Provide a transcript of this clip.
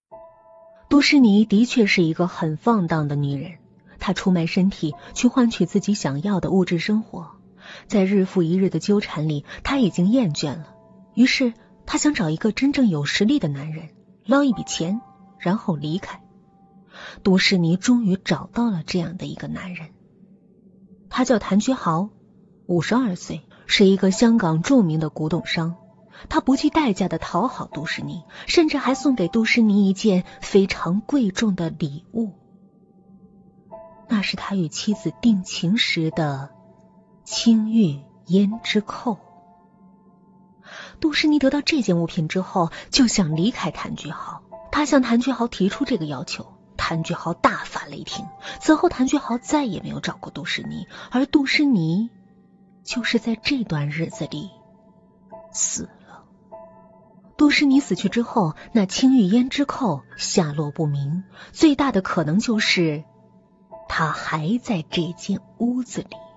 杜诗妮的确是一个很放荡的女人，她出卖身体去换取自己想要的物质生活，在日复一日的纠缠里，她已经厌倦了，于是她想找一个真正有实力的男人，捞一笔钱，然后离开。杜诗妮终于找到了这样的一个男人，他叫谭居豪，52岁，是一个香港著名的古董商。他不计代价地讨好杜诗妮，甚至还送给杜诗妮一件非常贵重的礼物，那是他与妻子定情时的青玉胭脂扣。杜诗妮得到这件物品之后，就想离开谭居豪，他向谭居豪提出这个要求，谭居豪大发雷霆。此后谭居豪再也没有找过杜诗妮，而杜诗妮就是在这段日子里死了。杜诗妮死去之后，那青玉胭脂扣下落不明，最大的可能就是她还在这间屋子里。